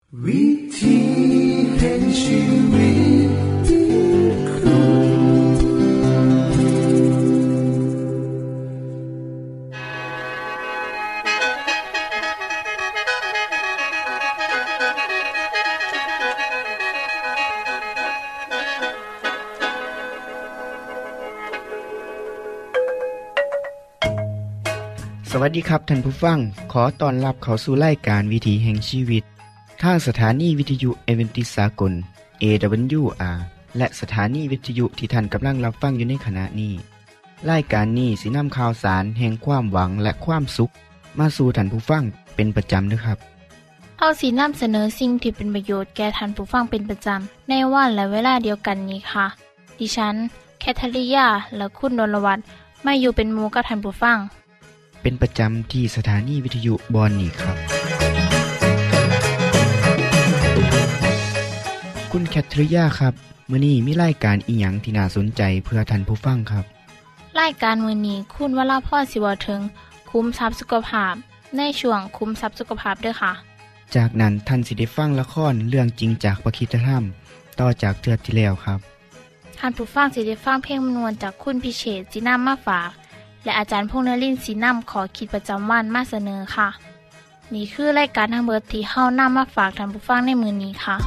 วิธีแห่งชีวิตติครูสวัสดีครับท่านผู้ฟังขอต้อนรับเข้าสู่รายการวิถีแห่งชีวิตทางสถานีวิทยุเอเวนติสากล AWR และสถานีวิทยุที่ท่านกำลังรับฟังอยู่ในขณะนี้รายการนี้สินำข่าวสารแห่งความหวังและความสุขมาสู่ท่านผู้ฟังเป็นประจำนะครับเฮาสินำเสนอสิ่งที่เป็นประโยชน์แก่ท่านผู้ฟังเป็นประจำในวันและเวลาเดียวกันนี้ค่ะดิฉันแคทริยาและคุณดลวัฒน์มาอยู่เป็นหมู่กับท่านผู้ฟังเป็นประจำที่สถานีวิทยุบอนนี่ครับคุณแคทริยาครับมื้อนี้มีรายการอีหยังที่น่าสนใจเพื่อท่านผู้ฟังครับรายการมื้อนี้คุณวราพรสิเว้าถึงคุ้มทรัพย์สุขภาพในช่วงคุ้มทรัพย์สุขภาพด้วยค่ะจากนั้นท่านสิได้ฟังละครเรื่องจริงจากพระคริสตธรรมต่อจากเทื่อที่แล้วครับท่านผู้ฟังสิได้ฟังเพลงมนวนจากคุณพิเชษฐ์สินำมาฝากและอาจารย์พงษ์นฤมลศรีนำขอคิดประจำวันมาเสนอค่ะนี่คือรายการทั้งเบิดที่เฮานำมาฝากท่านผู้ฟังในมื้อนี้ค่ะ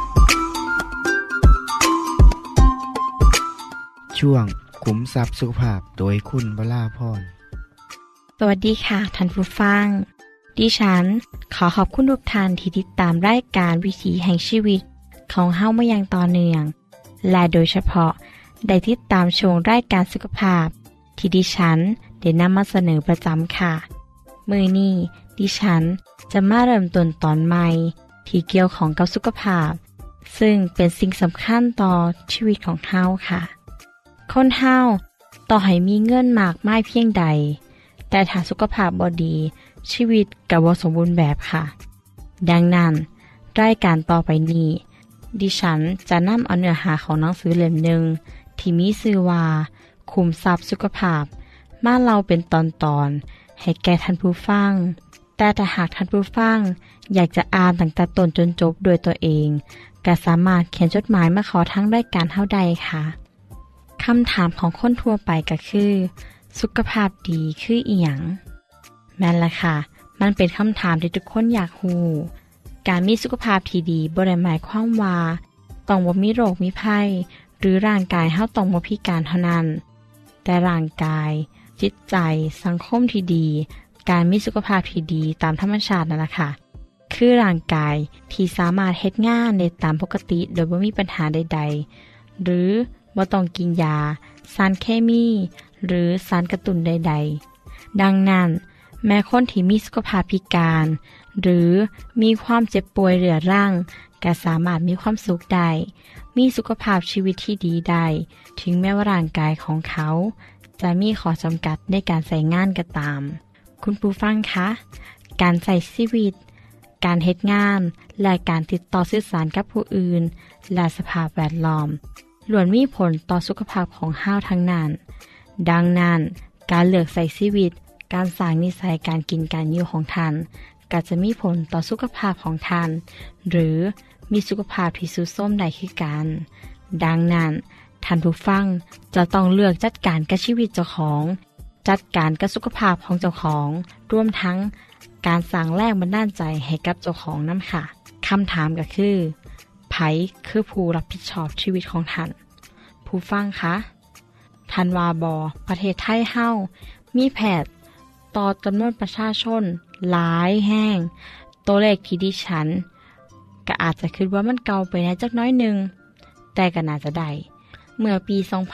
ช่วงขุมทรัพย์สุขภาพโดยคุณวราพรสวัสดีค่ะท่านผู้ฟังดิฉันขอขอบคุณทุกท่านที่ติดตามรายการวิถีแห่งชีวิตของเฮามาอย่างต่อเนื่องและโดยเฉพาะได้ติดตามชมรายการสุขภาพที่ดิฉันได้นำมาเสนอประจำค่ะมื้อนี้ดิฉันจะมาเริ่มต้นตอนใหม่ที่เกี่ยวของกับสุขภาพซึ่งเป็นสิ่งสำคัญต่อชีวิตของเฮาค่ะคนเฮาต่อให้มีเงินมากมายเพียงใดแต่ถ้าสุขภาพบ่ดีชีวิตก็บ่สมบูรณ์แบบค่ะดังนั้นรายการต่อไปนี้ดิฉันจะนำเอาเนื้อหาของหนังสือเล่มหนึ่งที่มีชื่อว่าคุ้มทรัพย์สุขภาพมาเล่าเป็นตอนๆให้แก่ท่านผู้ฟังแต่ถ้าหากท่านผู้ฟังอยากจะอ่านตั้งแต่ต้นจนจบโดยตัวเองก็สามารถเขียนจดหมายมาขอทางรายการเฮาได้ค่ะคำถามของคนทั่วไปก็คือสุขภาพดีคืออิหยังแม่นล่ะค่ะมันเป็นคำถามที่ทุกคนอยากรู้การมีสุขภาพที่ดีบ่ได้หมายความว่าต้องบ่มีโรคมีภัยหรือร่างกายเฮาต้องบ่พิการเท่านั้นแต่ร่างกายจิตใจสังคมที่ดีการมีสุขภาพที่ดีตามธรรมชาตินั่นแหละค่ะคือร่างกายที่สามารถเฮ็ดงานได้ตามปกติโดยบ่มีปัญหาใดๆหรือบ่ต้องกินยาสารเคมีหรือสารกระตุ้นใดๆดังนั้นแม้คนที่มีสุขภาพพิการหรือมีความเจ็บป่วยเรื้อรังก็สามารถมีความสุขได้มีสุขภาพชีวิตที่ดีได้ถึงแม้ว่าร่างกายของเขาจะมีข้อจำกัดในการใช้งานก็ตามคุณผู้ฟังคะการใช้ชีวิตการเฮ็ดงานและการติดต่อสื่อสารกับผู้อื่นและสภาพแวดล้อมล้วนมีผลต่อสุขภาพของเฮาทั้งนั้นดังนั้นการเลือกใช้ชีวิตการสร้างนิสัยการกินการอยู่ของท่านก็จะมีผลต่อสุขภาพของท่านหรือมีสุขภาพที่ทรุดโทรมได้คือกันดังนั้นท่านผู้ฟังจะต้องเลือกจัดการกับชีวิตเจ้าของจัดการกับสุขภาพของเจ้าของรวมทั้งการสร้างแรงบันดาลใจให้กับเจ้าของนำค่ะคำถามก็คือไผคือผู้รับผิดชอบชีวิตของท่านผู้ฟังคะท่านว่าบ่ประเทศไทยเฮามีแพทย์ต่อจำนวนประชาชนหลายแห่งตัวเลขที่ดิฉันก็อาจจะคิดว่ามันเก่าไปในจักน้อยหนึ่งแต่ก็น่าจะได้เมื่อปี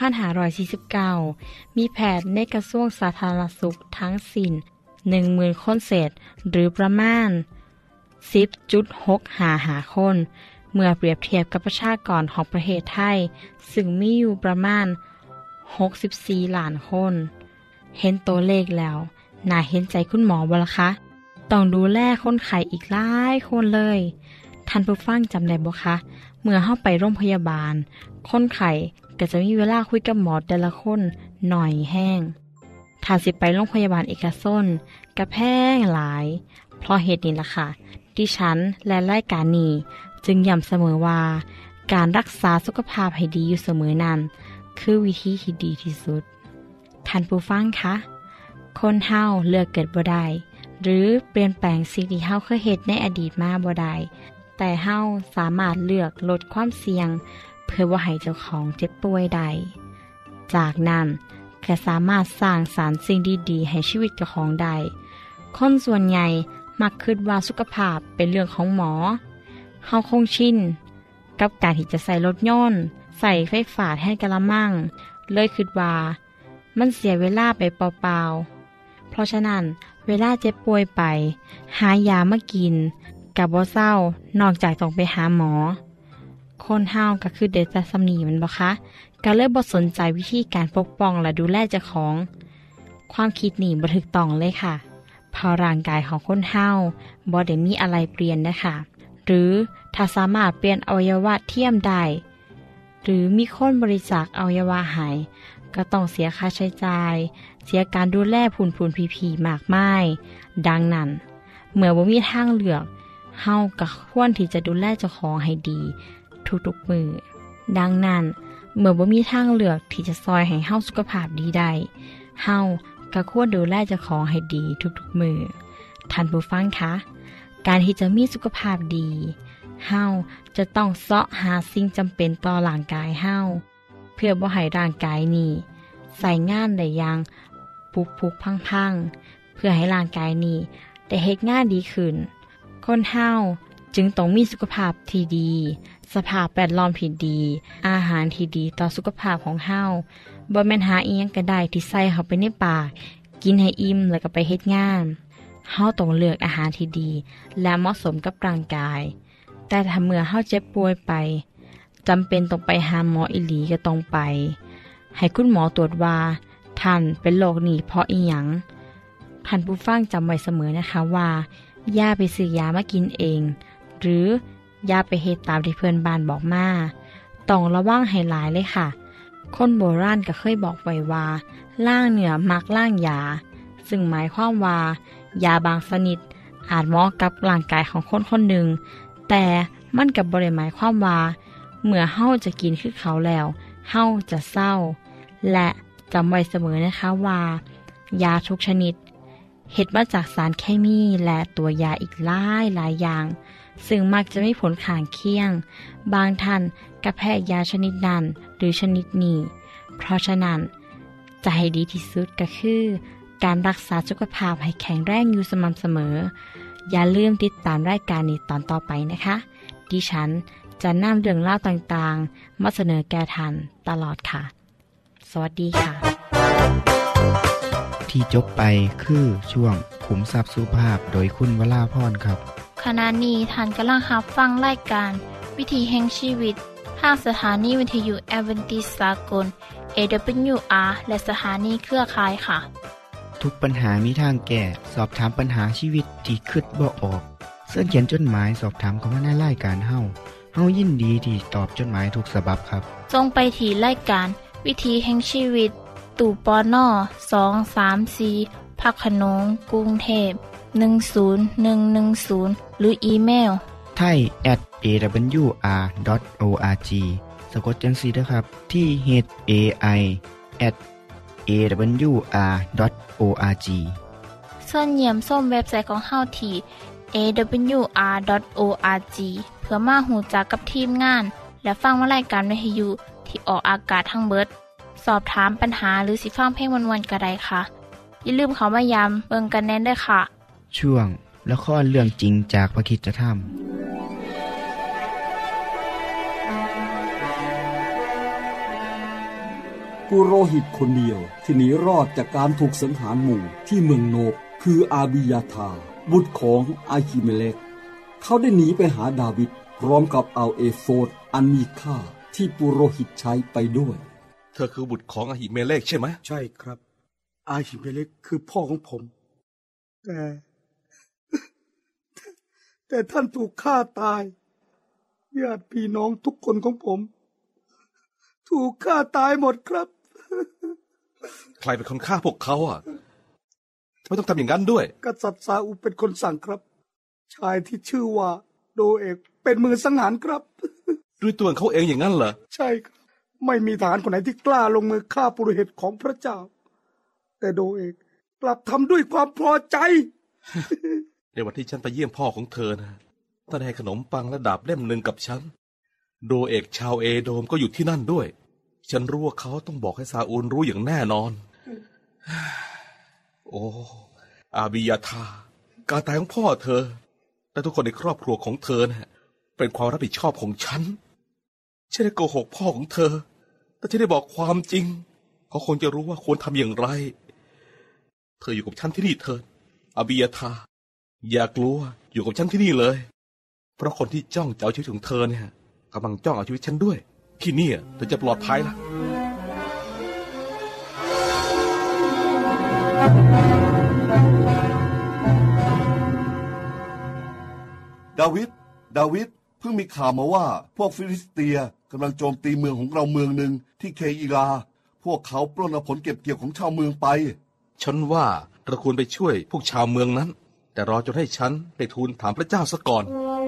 2549 มีแพทย์ในกระทรวงสาธารณสุขทั้งสิ้น 10,000 คนเศษหรือประมาณ 10.655 คนเมื่อเปรียบเทียบกับประชากรของประเทศไทยซึ่งมีอยู่ประมาณ 64 ล้านคนเห็นตัวเลขแล้วน่าเห็นใจคุณหมอบ่ล่ะคะต้องดูแลคนไข้อีกหลายคนเลยท่านผู้ฟังจำได้บ่คะเมื่อเฮาไปโรงพยาบาลคนไข้ก็จะมีเวลาคุยกับหมอแต่ละคนหน่อยแห้งถ้าสิไปโรงพยาบาลเอกชนก็แพงหลายเพราะเหตุนี้ล่ะค่ะดิฉันและรายการนี้จึงย้ำเสมอว่าการรักษาสุขภาพให้ดีอยู่เสมอนั้นคือวิธีที่ดีที่สุดท่านผู้ฟังคะคนเฮาเลือกเกิดบ่ได้หรือเปลี่ยนแปลงสิ่งที่เฮาเคยเฮ็ดในอดีตมาบ่ได้แต่เฮาสามารถเลือกลดความเสี่ยงเพื่อบ่ให้เจ้าของเจ็บป่วยได้จากนั้นก็สามารถสร้างสรรค์สิ่งดีๆให้ชีวิตเจ้าของได้คนส่วนใหญ่มักคิดว่าสุขภาพเป็นเรื่องของหมอเฮาคงชินกับการที่จะใส่รถยนต์ใส่ไฟฟ้าแทนกะละมังเลยคิดว่ามันเสียเวลาไปเปล่าๆเพราะฉะนั้นเวลาเจ็บป่วยไปหายามากินกับบ่เศร้านอกจากต้องไปหาหมอคนเฮาก็คือเด็ดแต่สำนีมันบ่คะก็เลยบ่สนใจวิธีการปกป้องและดูแลเจ้าของความคิดนี่บ่ถูกต้องเลยค่ะเพราะร่างกายของคนเฮาบ่ได้มีอะไรเปลี่ยนนะคะหรือถ้าสามารถเปลี่ยนอวัยวะเทียมได้หรือมีคนบริจาคอวัยวะให้ก็ต้องเสียค่าใช้จ่ายเสียการดูแลผุนผีๆมากมายดังนั้นเมื่อบ่มีทางเลือกเฮาก็ควรที่จะดูแลเจ้าของให้ดีทุกๆมื้อดังนั้นเมื่อบ่มีทางเลือกที่จะซอยให้เฮาสุขภาพดีได้เฮาก็ควรดูแลเจ้าของให้ดีทุกๆมื้อท่านผู้ฟังคะการที่จะมีสุขภาพดีเฮาจะต้องเสาะหาสิ่งจำเป็นต่อร่างกายเฮาเพื่อบ่ให้ร่างกายนี้ใส่งานได้อย่างพุกพังเพื่อให้ร่างกายนี้ได้เฮ็ดงานดีขึ้นคนเฮาจึงต้องมีสุขภาพที่ดีสภาพแวดล้อมที่ดีอาหารที่ดีต่อสุขภาพของเฮาบ่แม่นหาอีหยังก็ได้ที่ใส่เข้าไปในปากกินให้อิ่มแล้วก็ไปเฮ็ดงานเฮาต้องเลือกอาหารที่ดีและเหมาะสมกับร่างกายแต่ถ้าเมื่อเฮาเจ็บป่วยไปจำเป็นต้องไปหาหมออีหลีก็ต้องไปให้คุณหมอตรวจว่าท่านเป็นโรคนี้เพราะอีหยังท่านผู้ฟังจำไว้เสมอนะคะว่าอย่าไปซื้อยามากินเองหรืออย่าไปเฮ็ดตามที่เพื่อนบ้านบอกมาต้องระวังให้หลายเลยค่ะคนโบราณก็เคยบอกไว้ว่าล่างเหนือมักล่างยาซึ่งหมายความว่ายาบางชนิดอาจเหมาะกับร่างกายของคนคนหนึ่งแต่มันก็บ่ได้หมายความว่าเมื่อเฮาจะกินคือเขาแล้วเฮาจะเศร้าและจำไว้เสมอนะคะว่ายาทุกชนิดเฮ็ดมาจากสารเคมีและตัวยาอีกหลายอย่างซึ่งมักจะมีผลข้างเคียงบางท่านก็แพ้ยาชนิดนั้นหรือชนิดนี้เพราะฉะนั้นจะให้ดีที่สุดก็คือการรักษาสุขภาพให้แข็งแรงอยู่สม่ำเสมออย่าลืมติดตามรายการนี้ตอนต่อไปนะคะดิฉันจะนำเรื่องเล่าต่างๆมาเสนอแก่ท่านตลอดค่ะสวัสดีค่ะที่จบไปคือช่วงขุมทรัพย์สุภาพโดยคุณวราพรครับขณะนี้ท่านกำลังรับฟังรายการวิถีแห่งชีวิตทางสถานีวิทยุแอดเวนทิสต์สากล AWR และสถานีเครือข่ายค่ะทุกปัญหามีทางแก้สอบถามปัญหาชีวิตที่คิดบ่ออกเสิร์ชเขียนจดหมายสอบถามเข้ามาในรายการเฮายินดีที่ตอบจดหมายทุกฉบับครับจงไปที่รายการวิถีแห่งชีวิตตู่ปน234 พักขนงกรุงเทพ10110หรืออีเมล thai@awr.org สะกดจังซี่นะครับที่ hai@awr.org ส่วนเยี่ยมส้มเว็บไซต์ของเฮาที่ awr.org เพื่อมาหูจักกับทีมงานและฟังวารายการวิทยุที่ออกอากาศทั้งเบิดสอบถามปัญหาหรือสิฟังเพลงวนๆก็ได้ค่ะอย่าลืมเข้ามาย้ำเบิ่งกันแน่นด้วยค่ะช่วงละครเรื่องจริงจากพระคริสตธรรมปุโรหิตคนเดียวที่หนีรอดจากการถูกสังหารหมู่ที่เมืองโนบคืออาบิยาธาบุตรของอาฮิเมเลกเขาได้หนีไปหาดาวิดพร้อมกับเอาเอโฟดอันมีค่าที่ปุโรหิตใช้ไปด้วยเธอคือบุตรของอาฮิเมเลกใช่ไหมใช่ครับอาฮิเมเลกคือพ่อของผมแต่ท่านถูกฆ่าตายญาติพี่น้องทุกคนของผมถูกฆ่าตายหมดครับใครเป็นคนฆ่าพวกเขาอ่ะไม่ต้องทำอย่างนั้นด้วยกษัตริย์ซาอูลเป็นคนสั่งครับชายที่ชื่อว่าโดเอกเป็นมือสังหารครับด้วยตัวเขาเองอย่างนั้นเหรอใช่ครับไม่มีทหารคนไหนที่กล้าลงมือฆ่าปุโรหิตของพระเจ้าแต่โดเอกกลับทำด้วยความพอใจในวันที่ฉันไปเยี่ยมพ่อของเธอนะท่านให้ขนมปังและดาบเล่มหนึ่งกับฉันโดเอกชาวเอโดมก็อยู่ที่นั่นด้วยฉันรู้ว่าเขาต้องบอกให้ซาอูลรู้อย่างแน่นอน โอ้อาบิยาธาการตายของพ่อเธอและทุกคนในครอบครัวของเธอนะเป็นความรับผิดชอบของฉันฉันได้โกหกพ่อของเธอแต่ฉันได้บอกความจริงเขาคงจะรู้ว่าควรทำอย่างไรเธออยู่กับฉันที่นี่เถิดอาบิยาธาอย่ากลัวอยู่กับฉันที่นี่เลยเพราะคนที่จ้องจะเอาชีวิตของเธอเนี่ยกำลังจ้องเอาชีวิตฉันด้วยที่นี่เธอจะปลอดภัยละดาวิดเพิ่งมีข่าวมาว่าพวกฟิลิสเตียกำลังโจมตีเมืองของเราเมืองหนึ่งที่เคอีลาพวกเขาปล้นเอาผลเก็บเกี่ยวของชาวเมืองไปฉันว่าเราควรไปช่วยพวกชาวเมืองนั้นแต่รอจนให้ฉันไปทูลถามพระเจ้าซะก่อน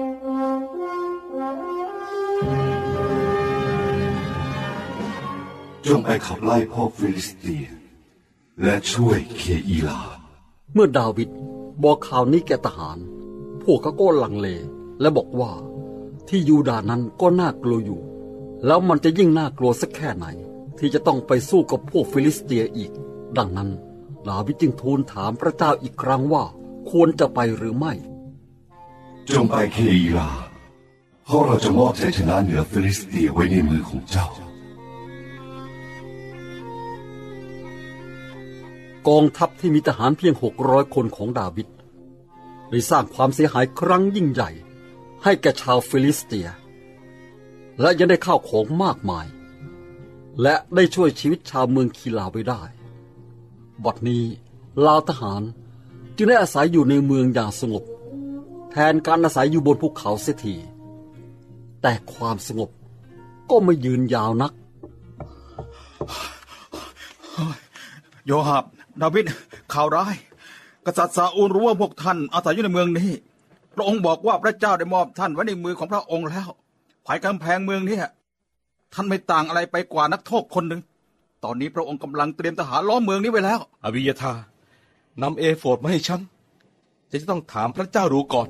จงไปขับไล่พวกฟิลิสเตียและช่วยเคอีลาเมื่อดาวิดบอกข่าวนี้แก่ทหารพวกเขาก็ลังเลและบอกว่าที่ยูดาห์นั้นก็น่ากลัวอยู่แล้วมันจะยิ่งน่ากลัวสักแค่ไหนที่จะต้องไปสู้กับพวกฟิลิสเตียอีกดังนั้นดาวิดจึงทูลถามพระเจ้าอีกครั้งว่าควรจะไปหรือไม่จงไปเคอีลาเพราะเราจะมอบชัยชนะเหนือฟิลิสเตียไว้ในมือของเจ้ากองทัพที่มีทหารเพียง600 คนของดาวิดได้สร้างความเสียหายครั้งยิ่งใหญ่ให้แก่ชาวฟิลิสเตียและยังได้ข้าวของมากมายและได้ช่วยชีวิตชาวเมืองคีลาไว้ได้บัดนี้เหล่าทหารจึงได้อาศัยอยู่ในเมืองอย่างสงบแทนการอาศัยอยู่บนภูเขาเสียทีแต่ความสงบก็ไม่ยืนยาวนักโยอาบดาวิดข่าวร้ายกษัตริย์ซาอูลรู้ว่าพวกท่านอาศัยอยู่ในเมืองนี้พระองค์บอกว่าพระเจ้าได้มอบท่านไว้ในมือของพระองค์แล้วภายกำแพงเมืองนี้ท่านไม่ต่างอะไรไปกว่านักโทษคนหนึ่งตอนนี้พระองค์กำลังเตรียมทหารล้อมเมืองนี้ไว้แล้วอบิยาธานำเอโฟดมาให้ฉันจะต้องถามพระเจ้าดูก่อน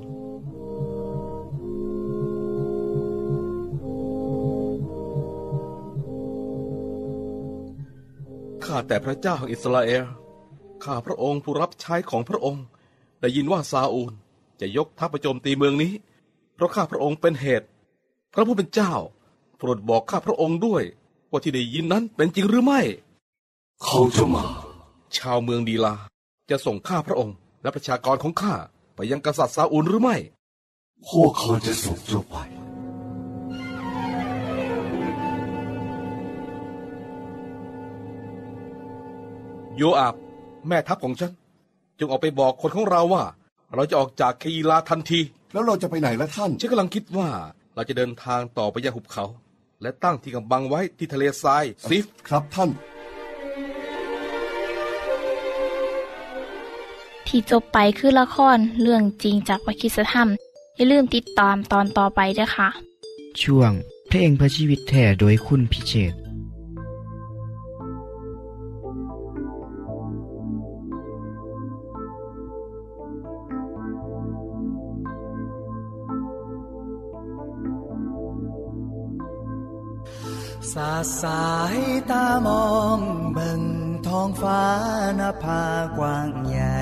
ข้าแต่พระเจ้าแห่งอิสราเอลข้าพระองค์ผู้รับใช้ของพระองค์ได้ยินว่าซาอูลจะยกทัพไปโจมตีเมืองนี้เพราะข้าพระองค์เป็นเหตุพระผู้เป็นเจ้าโปรดบอกข้าพระองค์ด้วยว่าที่ได้ยินนั้นเป็นจริงหรือไม่เขาจะมาชาวเมืองดีลาจะส่งข้าพระองค์และประชากรของข้าไปยังกษัตริย์ซาอูลหรือไม่พวกเขาจะส่งเจ้าไปโยอาบแม่ทัพของฉันจงออกไปบอกคนของเราว่าเราจะออกจากเคอีลาทันทีแล้วเราจะไปไหนล่ะท่านฉันกำลังคิดว่าเราจะเดินทางต่อไปยังหุบเขาและตั้งที่กำบังไว้ที่ทะเลทรายซิฟครับท่านที่จบไปคือละครเรื่องจริงจากวิคิสธรรมอย่าลืมติดตามตอนต่อไปด้วยค่ะช่วงเพลงเพื่อชีวิตแท้โดยคุณพิเชษฐ์สาดสายตามองเบิ่งท้องฟ้านภากว้างใหญ่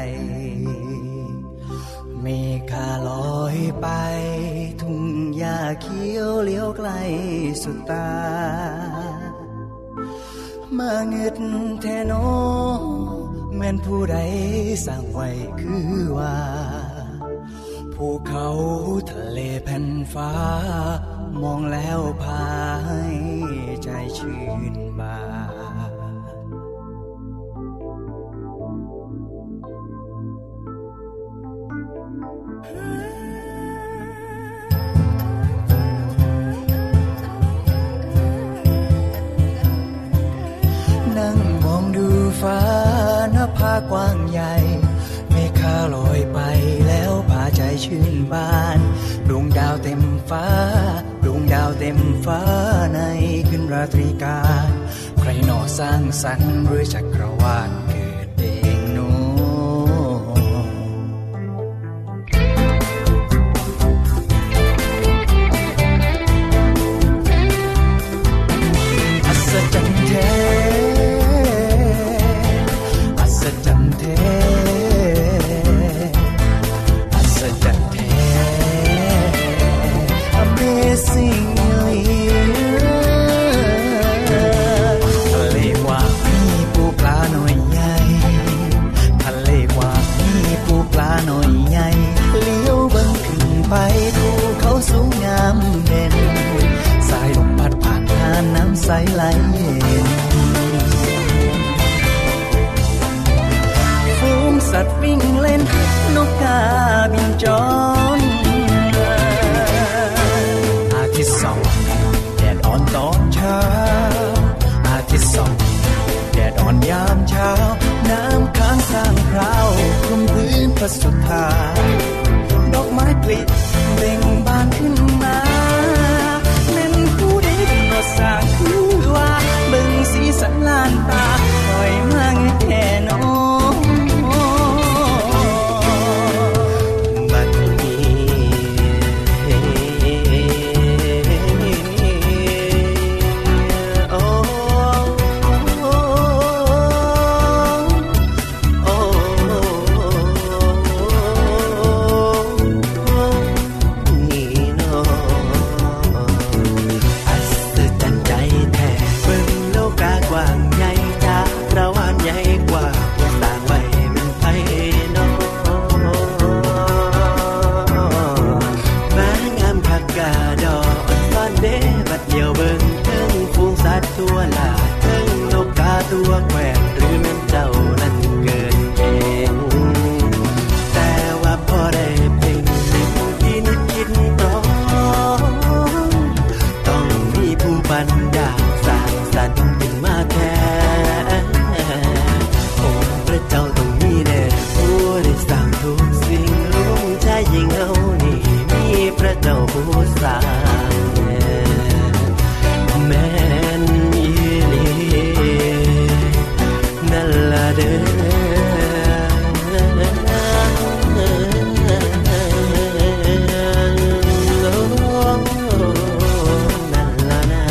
เมฆลอยไปทุ่งหญ้าเขียวเลี้ยวไกลสุดตามาเงึดแทโนแม่นผู้ใดสร้างไว้คือว่าภูเขาทะเลแผ่นฟ้ามองแล้วพาให้ใจชื่นบานนั่งมองดูฟ้านภากว้างใหญ่เมฆลอยไปแล้วพาใจชื่นบาต็มฟ้าในคืนราตรีการใครหนอสร้างสรรค์หรือจักรวาลเกิดเองโนอัศจรรย์แท้อัศจรรย์แท้อัศจรรย์แท้ Amazing ทะเลกว้างมีปูปลาหน่อยใหญ่ทะเลกว้างมีปูปลาหน่อยใหญ่เลี้ยวเบิ่งขึ้นไปภูเขาสูงงามเด่นสายลมพัดผ่านหาน้ำใสไหลเย็นฝูงสัตว์วิ่งเล่นนกกาบินจรอาทิตย์ส่องแดดอ่อนตอนเช้าอาทิตย์ส่องแดดอ่อนยามเช้าน้ำค้างสร้างคราวคลุมพื้นพระสุธาดอกไม้ปลิเบ่งบานขึ้นมาแม่นผู้ใดเป็นรสสร้างคือว่าเบิ่งสีสันล้านตาคอยมาเงยแค่น้องบัดนี้โอ้โอ้นี่เนาะอัศจรรย์ใจแท้เบิ่งโลกากว้างใหญ่จักรวาลใหญ่กว่าสร้างไว้เป็นไผเนาะมางามคักกะดอกซ่อนเด้บัดเดียวเบิ่งถึงฝูงสัตว์ทั่วลาถึงนกกาตัวแกว่งหรือแม่นเจ้านั้นเกิดเองแต่ว่าพอได้เป็นสิ่งที่นึกคิดต้องมีผู้บันดาลสร้างสรรค์ขึ้นมาแท้องค์พระเจ้าต้องมีแน่ผู้ได้สร้างทุกสิ่งรุ่งใจยิ่งเฮานี่มีพระเจ้าผู้สร้างแม่นอีหลีนั่นล่ะเด้อนั่นล่ะนะ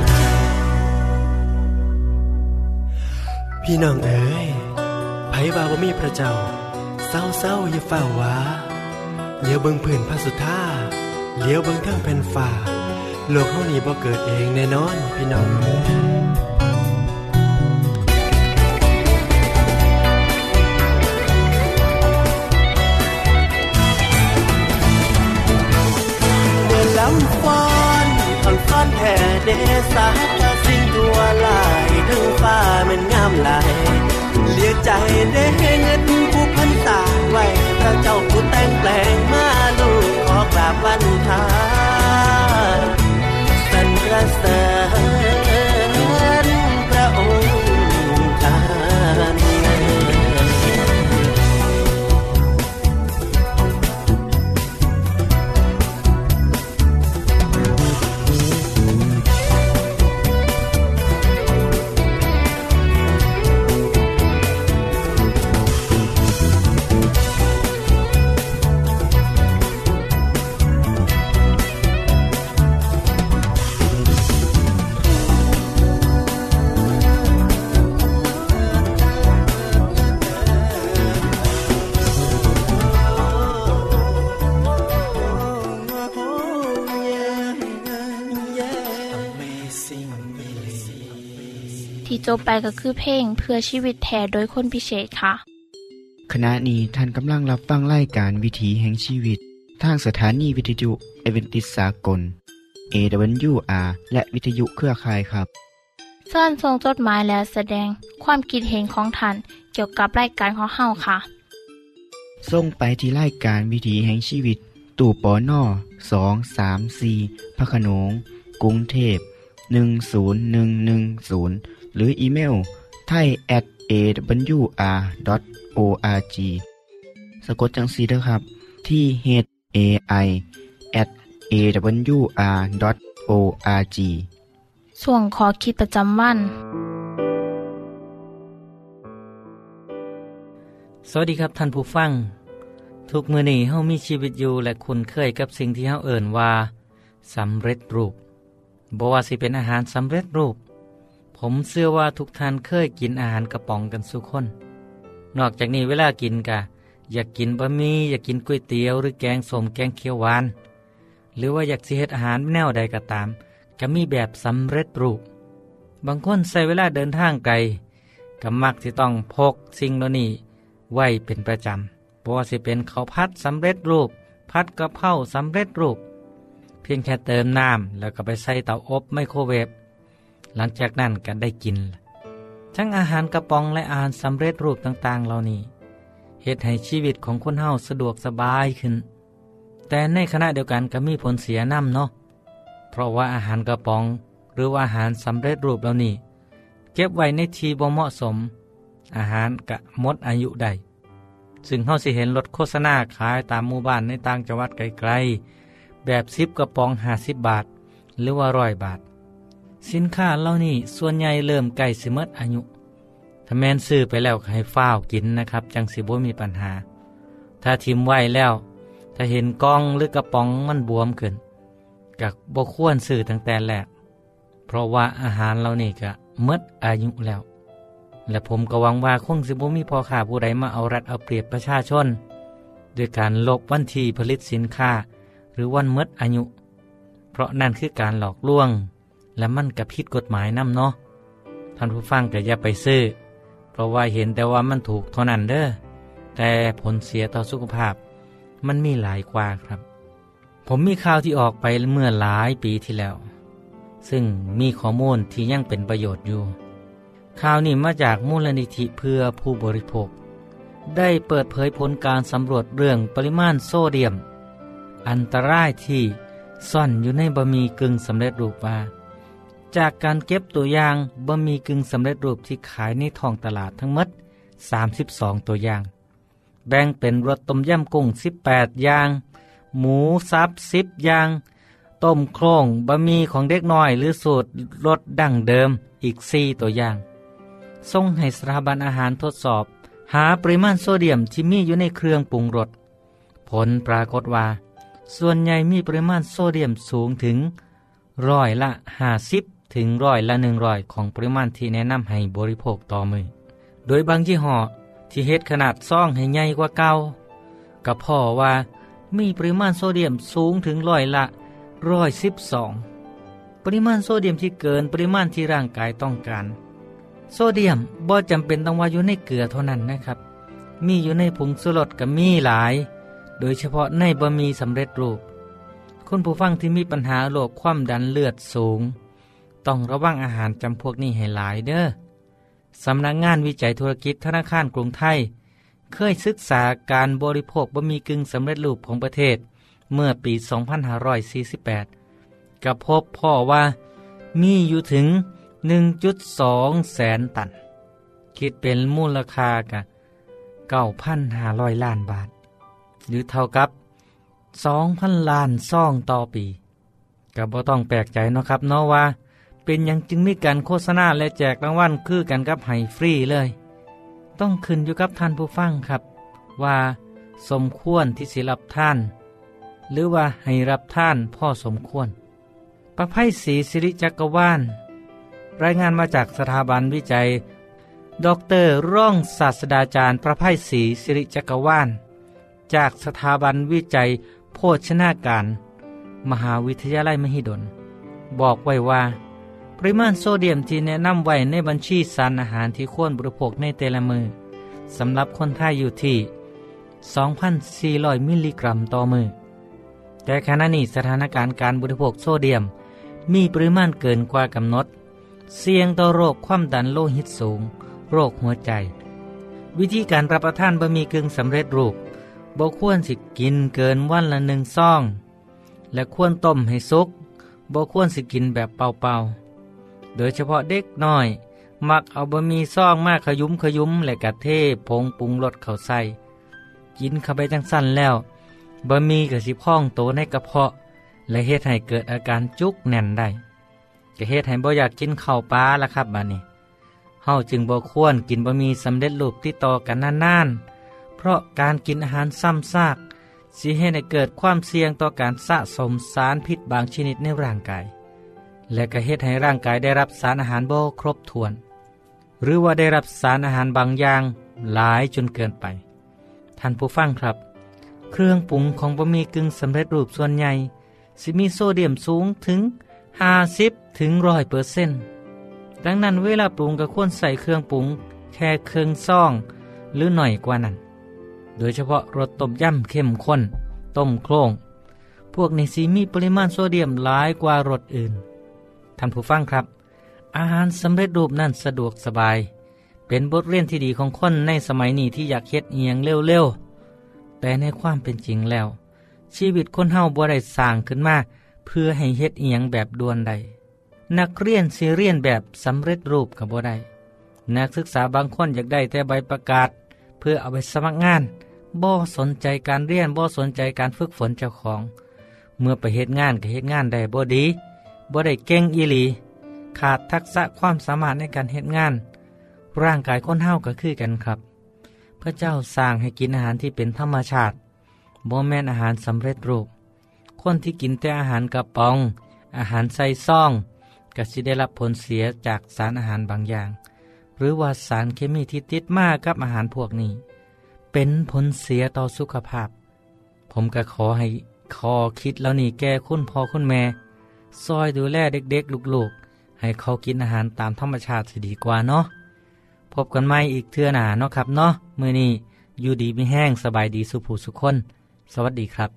พี่น้องเอ๋ยไผว่าบ่มีพระเจ้าเศร้าๆอย่าเฝ้าว่าเลี้ยวเบิ่งพื้นพระสุธาเลี้ยวเบิ่งทางแผ่นฟ้าโลกเฮานี้บ่เกิดเองแน่นอนพี่น้องเมื่อลำฟ้อนอ่อนฟ้อนแท้เดสาสิ่งทั่วหลายถึงฟ้ามันงามหลายเลียใจได้เงินผู้พันตาไว้พระเจ้าผู้แต่งแปลงมาลูกขอกราบวันทาสรรเสริญพระองค์ท่านที่จบไปก็คือเพลงเพื่อชีวิตแท้โดยคนพิเศษค่ะขณะนี้ท่านกำลังรับฟังรายการวิถีแห่งชีวิตทางสถานีวิทยุเอเวนติสากล AWR และวิทยุเครือข่ายครับเชิญส่งจดหมายและแสดงความคิดเห็นของท่านเกี่ยวกับรายการของเฮาค่ะส่งไปที่รายการวิถีแห่งชีวิตตู้ปน234พระโขนงกรุงเทพ10110หรืออีเมล thai@awr.org สะกดจังซี่เด้อครับที่ thai@awr.org ส่วนขอคิดประจำวันสวัสดีครับท่านผู้ฟังทุกมื้อนี้เฮามีชีวิตอยู่และคุ้นเคยกับสิ่งที่เฮาเอิ้นว่าสำเร็จรูปบ่ว่าสิเป็นอาหารสำเร็จรูปผมเชื่อว่าทุกท่านเคยกินอาหารกระป๋องกันทุกคนนอกจากนี้เวลากินก็อยากกินบะหมี่อยากกินก๋วยเตี๋ยวหรือแกงส้มแกงเขียวหวานหรือว่าอยากสิเฮ็ดอาหารแนวใดก็ตามก็มีแบบสำเร็จรูปบางคนใช้เวลาเดินทางไกลก็มักสิต้องพกสิ่งเหล่านี้ไว้เป็นประจำบ่ว่าสิเป็นข้าวผัดสำเร็จรูปผัดกะเพราสำเร็จรูปเพียงแค่เติมน้ำแล้วก็ไปใส่เตาอบไมโครเวฟหลังจากนั้นก็ได้กินทั้งอาหารกระป๋องและอาหารสำเร็จรูปต่างๆเหล่านี้เฮ็ดให้ชีวิตของคนเฮาสะดวกสบายขึ้นแต่ในขณะเดียวกันก็มีผลเสียนำเนาะเพราะว่าอาหารกระป๋องหรือว่าอาหารสำเร็จรูปเหล่านี้เก็บไว้ในที่บ่เหมาะสมอาหารก็หมดอายุได้ซึ่งเฮาสิเห็นรถโฆษณาขายตามหมู่บ้านในต่างจังหวัดไกลๆแบบ10กระป๋อง50บาทหรือว่า100บาทสินค้าเหล่านี้ส่วนใหญ่เริ่มใกล้สิหมดอายุถ้าแม่นซื้อไปแล้วก็ให้ฟ้าวกินนะครับจังสิบ่มีปัญหาถ้าทิ้งไว้แล้วถ้าเห็นกล่องหรือกระป๋องมันบวมขึ้นก็บ่ควรซื้อตั้งแต่แรกเพราะว่าอาหารเหล่านี้ก็หมดอายุแล้วและผมก็หวังว่าคงสิบ่มีพ่อค้าผู้ใดมาเอารัดเอาเปรียบประชาชนด้วยการลบวันที่ผลิตสินค้าหรือวันหมดอายุเพราะนั่นคือการหลอกลวงและมันก็ผิดกฎหมายนำเนาะท่านผู้ฟังก็อย่าไปซื้อเพราะว่าเห็นแต่ว่ามันถูกเท่านั้นเด้อแต่ผลเสียต่อสุขภาพมันมีหลายกว่าครับผมมีข่าวที่ออกไปเมื่อหลายปีที่แล้วซึ่งมีข้อมูลที่ยังเป็นประโยชน์อยู่ข่าวนี้มาจากมูลนิธิเพื่อผู้บริโภคได้เปิดเผยผลการสำรวจเรื่องปริมาณโซเดียมอันตรายที่ซ่อนอยู่ในบะหมี่กึ่งสำเร็จรูปว่าจากการเก็บตัวอย่างบะหมี่กึ่งสำเร็จรูปที่ขายในท้องตลาดทั้งหมด32ตัวอย่างแบ่งเป็นรสต้มยำกุ้ง18อย่างหมูสับ10อย่างต้มโครงบะหมี่ของเด็กน้อยหรือสูตรรสดั้งเดิมอีก4ตัวอย่างส่งให้สถาบันอาหารทดสอบหาปริมาณโซเดียมที่มีอยู่ในเครื่องปรุงรสผลปรากฏว่าส่วนใหญ่มีปริมาณโซเดียมสูงถึง50%ถึง100%ของปริมาณที่แนะนำให้บริโภคต่อมื้อโดยบางยี่ห้อที่เฮ็ดขนาดซองให้ใหญ่กว่าเก่าก็พอว่ามีปริมาณโซเดียมสูงถึง112%ปริมาณโซเดียมที่เกินปริมาณที่ร่างกายต้องการโซเดียมบ่จำเป็นต้องว่าอยู่ในเกลือเท่านั้นนะครับมีอยู่ในผงชูรสก็มีหลายโดยเฉพาะในบะหมี่สำเร็จรูปคุณผู้ฟังที่มีปัญหาโรคความดันเลือดสูงต้องระวังอาหารจำพวกนี้ให้หลายเด้อสำนักงานวิจัยธุรกิจธนาคารกรุงไทยเคยศึกษาการบริโภคบะหมี่กึ่งสำเร็จรูปของประเทศเมื่อปี 2548 ก็พบพ่อว่ามีอยู่ถึง 1.2 แสนตันคิดเป็นมูลค่ากะ 9,500 ล้านบาทหรือเท่ากับ 2,000 ล้านซองต่อปีก็บ่ต้องแปลกใจเนาะครับเนาะว่าเป็นหยังจึงมีการโฆษณาและแจกรางวัลคือกันกับให้ฟรีเลยต้องขึ้นอยู่กับท่านผู้ฟังครับว่าสมควรที่สิรับท่านหรือว่าให้รับท่านพ่อสมควรประไพศรีสิริจักรวาลรายงานมาจากสถาบันวิจัยดร.ร่องศาสตราจารย์ประไพศรีสิริจักรวาลจากสถาบันวิจัยโภชนาการมหาวิทยาลัยมหิดลบอกไว้ว่าปริมาณโซเดียมที่แนะนำไว้ในบัญชีสารอาหารที่ควรบริโภคในแต่ละมื้อสำหรับคนไทยอยู่ที่ 2,400 มิลลิกรัมต่อมื้อแต่ขณะนี้สถานการณ์การบริโภคโซเดียมมีปริมาณเกินกว่ากำหนดเสี่ยงต่อโรคความดันโลหิตสูงโรคหัวใจวิธีการรับประทานบะหมี่กึ่งสำเร็จรูปบ่ควรสิกินเกินวันละ1ซองและควรต้มให้สุกบ่ควรสิกินแบบเปล่าๆโดยเฉพาะเด็กน้อยมักเอาบะหมี่ซองมาขยุมและกะเทผงปรุงรสเข้าใส่กินเข้าไปจังสั้นแล้วบะหมี่ก็สิพองโตในกระเพาะและเฮ็ดให้เกิดอาการจุกแน่นได้ก็เฮ็ดให้บ่อยากกินข้าวปลาล่ะครับบัดนี้เฮาจึงบ่ควรกินบะหมี่สำเร็จรูปติดต่อกันนานๆเพราะการกินอาหารซ้ำซากสิเฮ็ดให้เกิดความเสี่ยงต่อการสะสมสารพิษบางชนิดในร่างกายและก็เฮ็ดให้ร่างกายได้รับสารอาหารบ่ครบถ้วนหรือว่าได้รับสารอาหารบางอย่างหลายจนเกินไปท่านผู้ฟังครับเครื่องปรุงของบะหมี่กึ่งสำเร็จรูปส่วนใหญ่สิมีโซเดียมสูงถึง50 ถึง 100%ดังนั้นเวลาปรุงก็ควรใส่เครื่องปรุงแค่ครึ่งซองหรือหน่อยกว่านั้นโดยเฉพาะรสต้มยำเข้มข้นต้มโครงพวกนี้สิมีปริมาณโซเดียมหลายกว่ารสอื่นท่านผู้ฟังครับอาหารสำเร็จรูปนั้นสะดวกสบายเป็นบทเรียนที่ดีของคนในสมัยนี้ที่อยากเฮ็ดเอียงเร็วๆแต่ในความเป็นจริงแล้วชีวิตคนเฮาบ่ได้สร้างขึ้นมาเพื่อให้เฮ็ดเอียงแบบด่วนใดนักเรียนสิเรียนแบบสำเร็จรูปก็บ่ได้นักศึกษาบางคนอยากได้แต่ใบประกาศเพื่อเอาไปสมัครงานบ่สนใจการเรียนบ่สนใจการฝึกฝนเจ้าของเมื่อไปเฮ็ดงานก็เฮ็ดงานได้บ่ดีบ่ได้เก่งอีหลีขาดทักษะความสามารถในการเฮ็ดงานร่างกายคนเฮาก็คือกันครับพระเจ้าสร้างให้กินอาหารที่เป็นธรรมชาติบ่แม่นอาหารสำเร็จรูปคนที่กินแต่อาหารกระป๋องอาหารใส่ซองก็สิได้รับผลเสียจากสารอาหารบางอย่างหรือว่าสารเคมีที่ติดมากับอาหารพวกนี้เป็นผลเสียต่อสุขภาพผมก็ขอให้ข้อคิดแล้วนี่แก่คุณพ่อคุณแม่ซอยดูแลเด็กๆลูกๆให้เขากินอาหารตามธรรมชาติสิดีกว่าเนาะพบกันใหม่อีกเทื่อหน้าเนาะครับเนาะมื้อนี้อยู่ดีมีแห้งสบายดีสุขผู้สุขคนสวัสดีครับ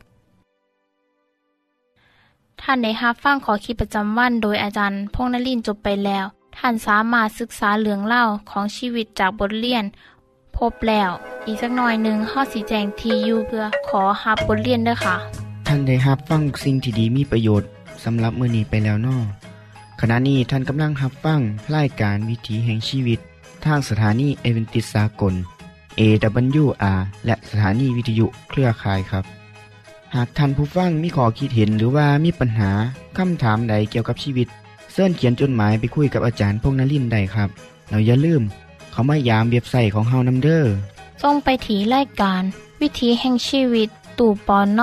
ท่านได้รับฟังขอคิดประจำวันโดยอาจารย์พงษ์นฤมย์จบไปแล้วท่านสามารถศึกษาเรื่องเล่าของชีวิตจากบทเรียนพบแล้วอีกสักหน่อยหนึ่งข้อสีแจงทียูเพื่อขอรับบทเรียนด้วยค่ะท่านได้รับฟังสิ่งที่ดีมีประโยชน์สำหรับมื้อนี้ไปแล้วน้อขณะนี้ท่านกำลังรับฟังรายการวิถีแห่งชีวิตทางสถานีเอเวนติสากล AWR และสถานีวิทยุเครือข่ายครับหากท่านผู้ฟังมีข้อคิดเห็นหรือว่ามีปัญหาคำถามใดเกี่ยวกับชีวิตเชิญเขียนจดหมายไปคุยกับอาจารย์พงษ์นฤมย์ได้ครับแล้วอย่าลืมเขามายามเว็บไซต์ของเฮานำเด้อส่งไปที่รายการวิถีแห่งชีวิตตู่ปน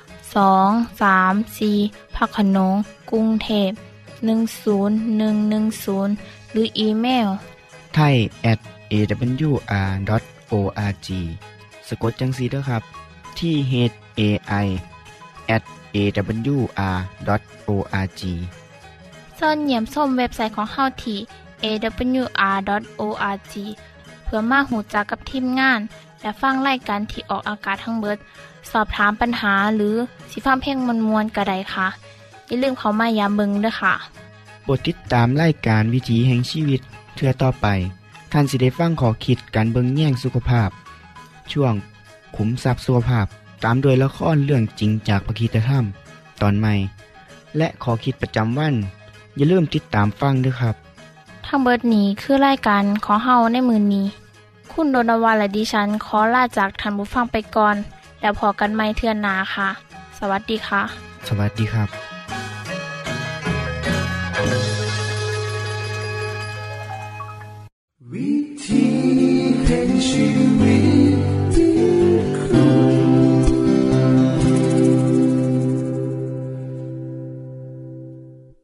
234พักขนงกรุงเทพ10110หรืออีเมล thai@awr.org สะกดจังซี่เด้อครับที่ thai@awr.org เชิญเยี่ยมชมเว็บไซต์ของเฮาที่ awr.org เพื่อมาหูจักกับทีมงานและฟังรายการที่ออกอากาศทั้งเบิดสอบถามปัญหาหรือสิฟังเพลงมวลๆก็ได้ค่ะอย่าลืมเข้ามายามเบิ่งด้วยค่ะโปรดติดตามรายการวิถีแห่งชีวิตเทื่อต่อไปท่านสิได้ฟังข้อคิดการเบิ่งแย่งสุขภาพช่วงขุมทรัพย์สุขภาพตามโดยละครเรื่องจริงจากพระคริสตธรรมตอนใหม่และข้อคิดประจำวันอย่าลืมติดตามฟังด้วยครับทั้งเบิดนี้คือรายการของเฮาในมื้อนี้คุณโดนวาและดิฉันขอลาจากท่านผู้ฟังไปก่อนแล้วพอกันใหม่เทื่อหน้าค่ะสวัสดีค่ะสวัสดีครับ